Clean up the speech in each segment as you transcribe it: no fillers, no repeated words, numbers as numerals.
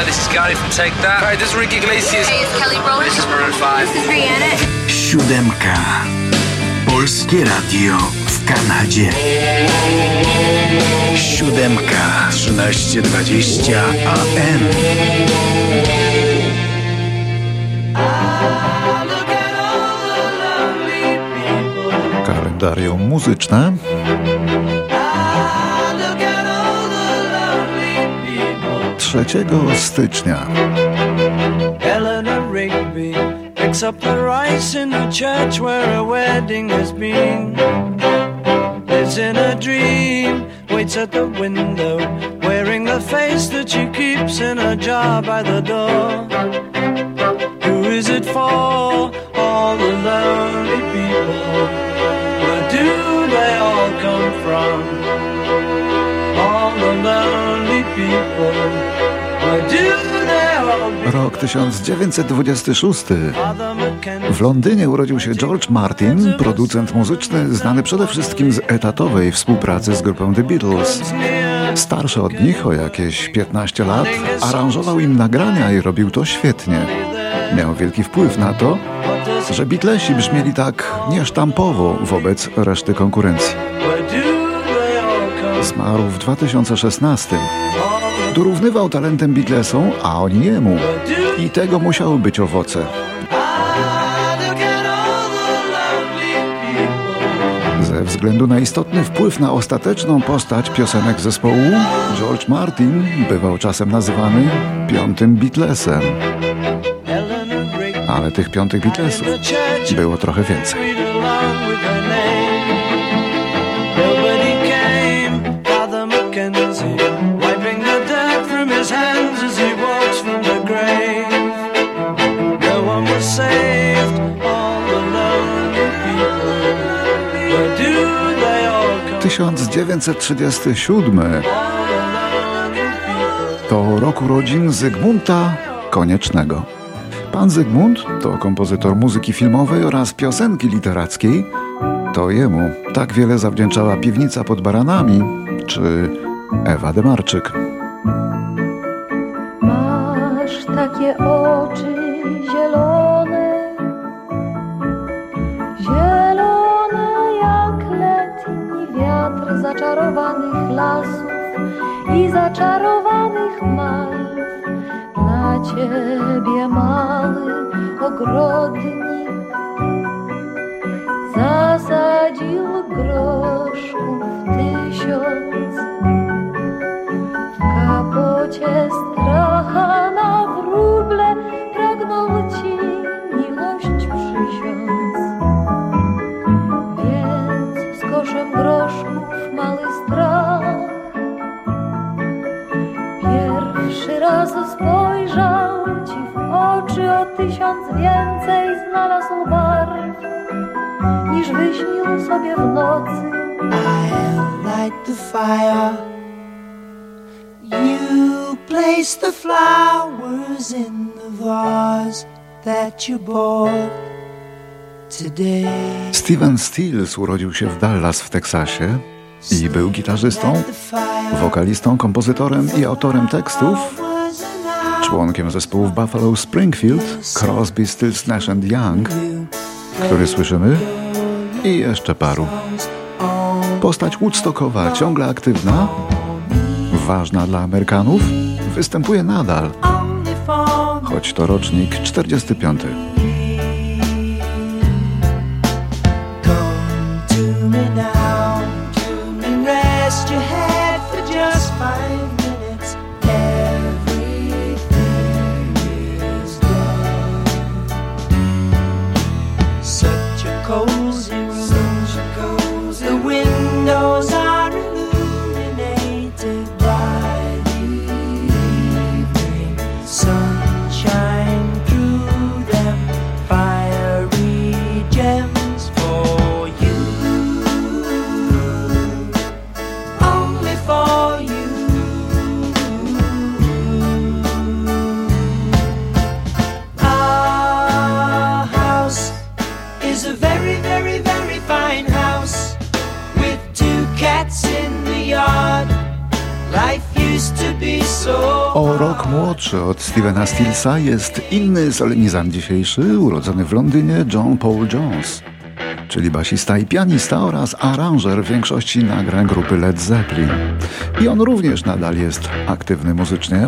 Hi, this is Gary from Take That. Hi, this is Ricky Iglesias. Hey, it's Kelly Rowland. This is Maroon 5. This is Rihanna. Siódemka. Polskie Radio w Kanadzie. Siódemka, 13:20 AM. Kalendarium muzyczne. Trzeciego stycznia. Eleanor Rigby picks up the rice in the church where a wedding has been. Lives in a dream, waits at the window, wearing the face that she keeps in a jar by the door. Who is it for? All the lonely people. Where do they all come from? All the lonely people. Where do they all Rok 1926. W Londynie urodził się George Martin, producent muzyczny znany przede wszystkim z etatowej współpracy z grupą The Beatles. Starszy od nich o jakieś 15 lat, aranżował im nagrania i robił to świetnie. Miał wielki wpływ na to, że Beatlesi brzmieli tak niesztampowo wobec reszty konkurencji. Zmarł w 2016. Dorównywał talentem Beatlesom, a oni jemu. I tego musiały być owoce. Ze względu na istotny wpływ na ostateczną postać piosenek zespołu, George Martin bywał czasem nazywany piątym Beatlesem. Ale tych piątych Beatlesów było trochę więcej. W 1937 to rok urodzin Zygmunta Koniecznego. Pan Zygmunt to kompozytor muzyki filmowej oraz piosenki literackiej. To jemu tak wiele zawdzięczała Piwnica pod Baranami czy Ewa Demarczyk. Masz takie oczy zielone, zielone jak letni wiatr zaczarowanych lasów i zaczarowanych malw. Dla ciebie mały ogrodnik zasadził groszków 1000. W kapocie stracha na wróble pragnął ci miłość przysiąc. Więc z koszem groszków mały strach pierwszy raz spojrzał ci w oczy, o 1000 więcej znalazł barw, niż wyśnił sobie w nocy. I'll light the fire. You place the flowers in the vase that you bought today. Steven Stills urodził się w Dallas w Teksasie i był gitarzystą, wokalistą, kompozytorem i autorem tekstów, członkiem zespołów Buffalo Springfield, Crosby, Stills, Nash & Young, który słyszymy, i jeszcze paru. Postać woodstockowa, ciągle aktywna, ważna dla Amerykanów, występuje nadal, choć to rocznik 45. Life used to be so O rok młodszy od Stevena Stillsa jest inny solenizant dzisiejszy, urodzony w Londynie, John Paul Jones, czyli basista i pianista oraz aranżer większości nagrań grupy Led Zeppelin. I on również nadal jest aktywny muzycznie.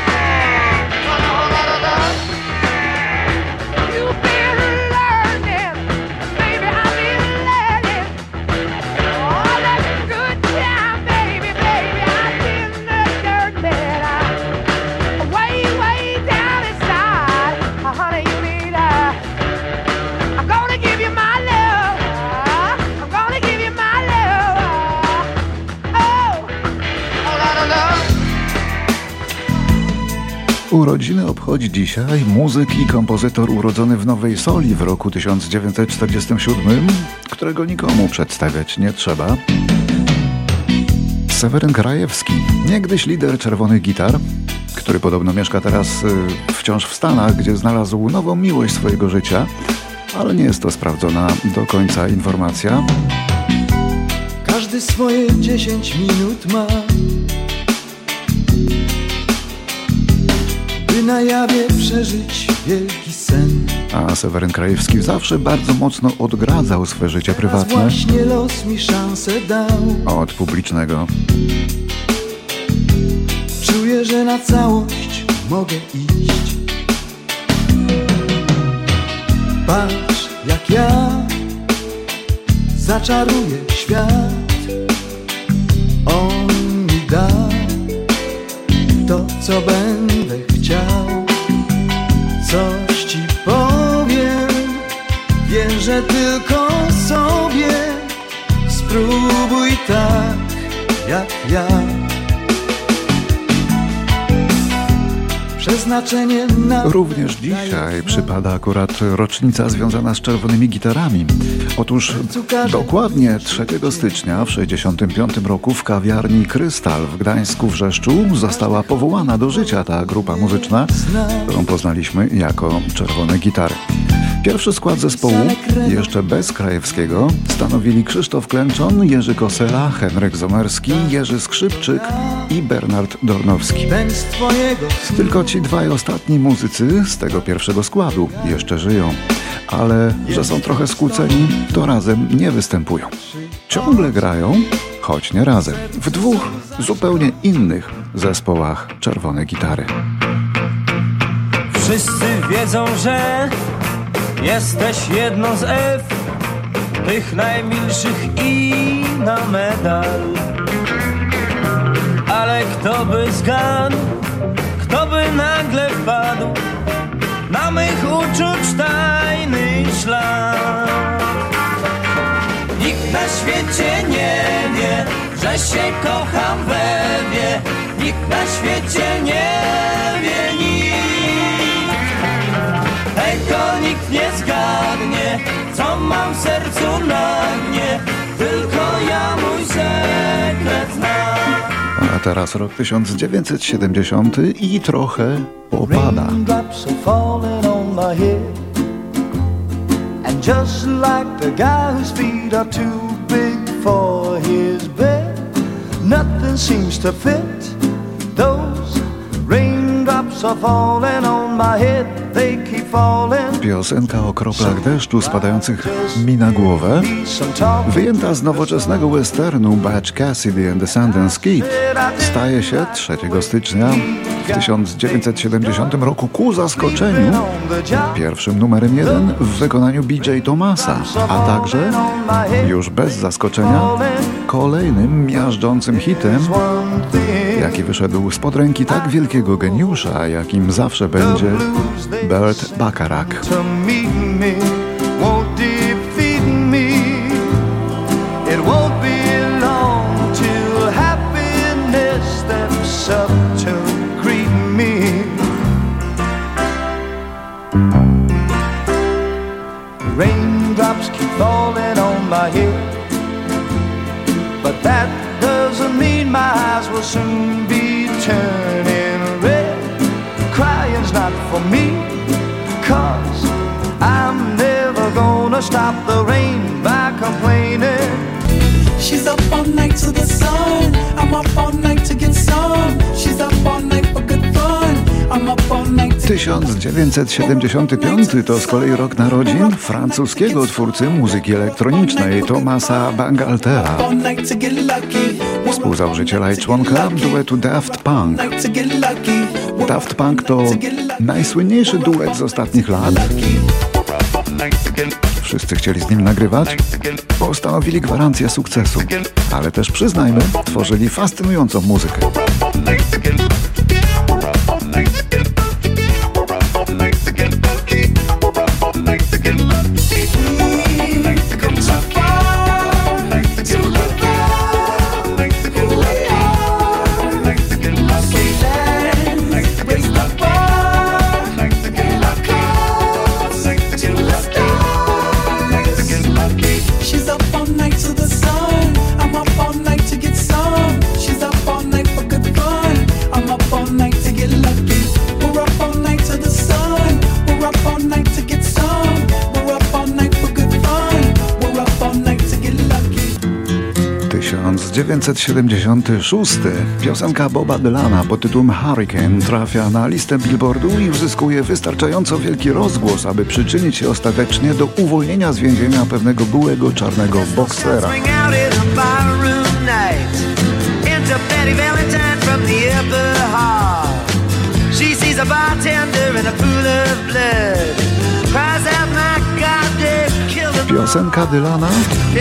Urodziny obchodzi dzisiaj muzyk i kompozytor urodzony w Nowej Soli w roku 1947, którego nikomu przedstawiać nie trzeba. Seweryn Krajewski, niegdyś lider Czerwonych Gitar, który podobno mieszka teraz wciąż w Stanach, gdzie znalazł nową miłość swojego życia, ale nie jest to sprawdzona do końca informacja. Każdy swoje 10 minut ma, by na jawie przeżyć wielki sen. A Seweryn Krajewski zawsze bardzo mocno odgradzał swe życie prywatne właśnie los mi szansę dał od publicznego. Czuję, że na całość mogę iść. Patrz, jak ja zaczaruję świat. On mi da to, co będę chciał. Coś ci powiem, wierzę tylko sobie. Spróbuj tak, jak ja. Przeznaczenie na... Również dzisiaj przypada akurat rocznica związana z Czerwonymi Gitarami. Otóż dokładnie 3 stycznia w 1965 roku w kawiarni Krystal w Gdańsku w Rzeszczu została powołana do życia ta grupa muzyczna, którą poznaliśmy jako Czerwone Gitary. Pierwszy skład zespołu, jeszcze bez Krajewskiego, stanowili Krzysztof Klęczon, Jerzy Kosela, Henryk Zomerski, Jerzy Skrzypczyk i Bernard Dornowski. Tylko ci dwaj ostatni muzycy z tego pierwszego składu jeszcze żyją, ale że są trochę skłóceni, to razem nie występują. Ciągle grają, choć nie razem, w dwóch zupełnie innych zespołach Czerwone Gitary. Wszyscy wiedzą, że jesteś jedną z F, tych najmilszych i na medal. Ale kto by zgadł, kto by nagle wpadł na mych uczuć tajny ślad. Nikt na świecie nie wie, że się kocham we mnie. Nikt na świecie nie wie nic. Tego nikt nie zgadnie, co mam w sercu na dnie. Tylko ja mój sekret znam. A teraz rok 1970 i trochę popada. And just like the guy whose feet are too big for his bed, nothing seems to fit. Those raindrops are falling on my head, they keep falling. Piosenka o kroplach deszczu spadających mi na głowę, wyjęta z nowoczesnego westernu Butch Cassidy and the Sundance Kid, staje się 3 stycznia w 1970 roku ku zaskoczeniu pierwszym numerem 1 w wykonaniu B.J. Thomasa, a także, już bez zaskoczenia, kolejnym miażdżącym hitem, jaki wyszedł spod ręki tak wielkiego geniusza, jakim zawsze będzie Burt Bacharach. Raindrops keep falling on my head, but that doesn't mean my eyes will soon be turning red. Crying's not for me, 'cause I'm never gonna stop the rain by complaining. She's up all night to the sun, I'm up all night to get some. She's up all night for good 1975 to z kolei rok narodzin francuskiego twórcy muzyki elektronicznej Thomasa Bangaltera, współzałożyciela i członka duetu Daft Punk. Daft Punk to najsłynniejszy duet z ostatnich lat. Wszyscy chcieli z nim nagrywać, bo stanowili gwarancję sukcesu, ale też przyznajmy, tworzyli fascynującą muzykę. Z 1976 piosenka Boba Dylana pod tytułem Hurricane trafia na listę Billboardu i uzyskuje wystarczająco wielki rozgłos, aby przyczynić się ostatecznie do uwolnienia z więzienia pewnego byłego czarnego boksera. Piosenka Dylana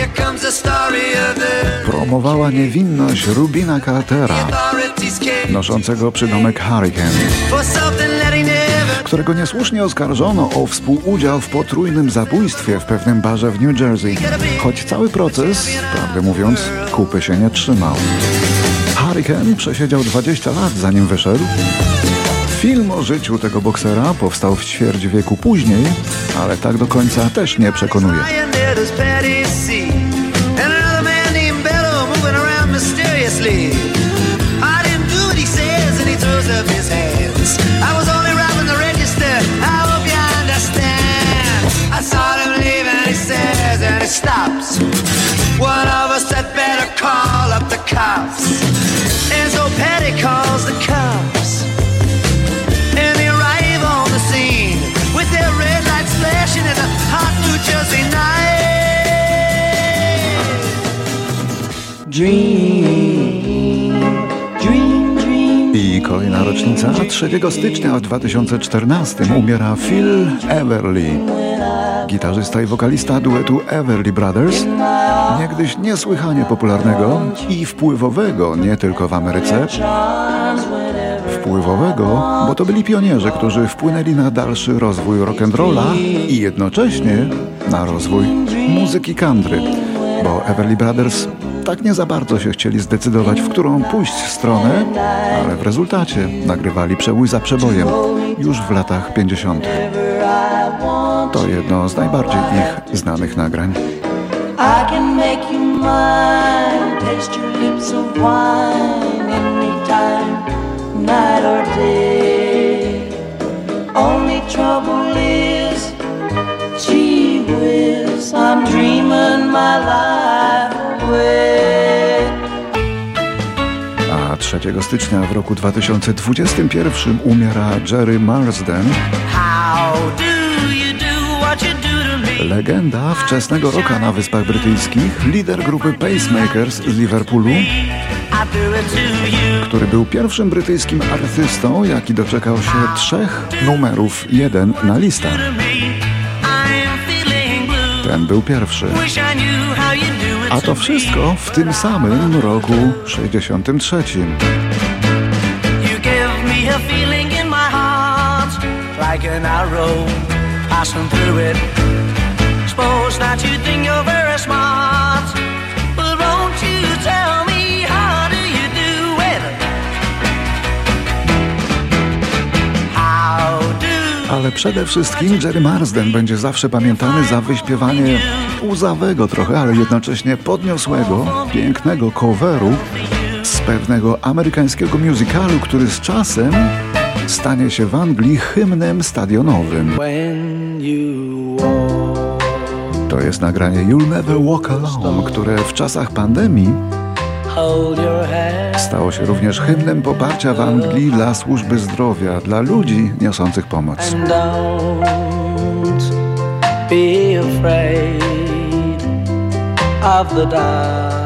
promowała niewinność Rubina Cartera, noszącego przydomek Hurricane, którego niesłusznie oskarżono o współudział w potrójnym zabójstwie w pewnym barze w New Jersey, choć cały proces, prawdę mówiąc, kupy się nie trzymał. Hurricane przesiedział 20 lat, zanim wyszedł. Film o życiu tego boksera powstał w ćwierć wieku później, ale tak do końca też nie przekonuje. I kolejna rocznica. 3 stycznia w 2014 umiera Phil Everly, gitarzysta i wokalista duetu Everly Brothers, niegdyś niesłychanie popularnego i wpływowego nie tylko w Ameryce. Wpływowego, bo to byli pionierzy, którzy wpłynęli na dalszy rozwój rock'n'rolla i jednocześnie na rozwój muzyki country, bo Everly Brothers tak nie za bardzo się chcieli zdecydować, w którą pójść stronę, ale w rezultacie nagrywali przebój za przebojem już w latach 50. To jedno z najbardziej ich znanych nagrań. I can make you mine, taste your lips of wine anytime, night or day. Only trouble is, gee whiz, I'm dreaming my life away. A 3 stycznia w roku 2021 umiera Jerry Marsden, legenda wczesnego rocka na Wyspach Brytyjskich, lider grupy Pacemakers z Liverpoolu, który był pierwszym brytyjskim artystą, jaki doczekał się 3 numerów 1 na listach. Ten był pierwszy. A to wszystko w tym samym roku 63. Ale przede wszystkim Jerry Marsden będzie zawsze pamiętany za wyśpiewanie łzawego trochę, ale jednocześnie podniosłego, pięknego coveru z pewnego amerykańskiego musicalu, który z czasem stanie się w Anglii hymnem stadionowym. To jest nagranie You'll Never Walk Alone, które w czasach pandemii hold your hand. Stało się również hymnem poparcia w Anglii dla służby zdrowia, dla ludzi niosących pomoc. And don't be afraid of the dark.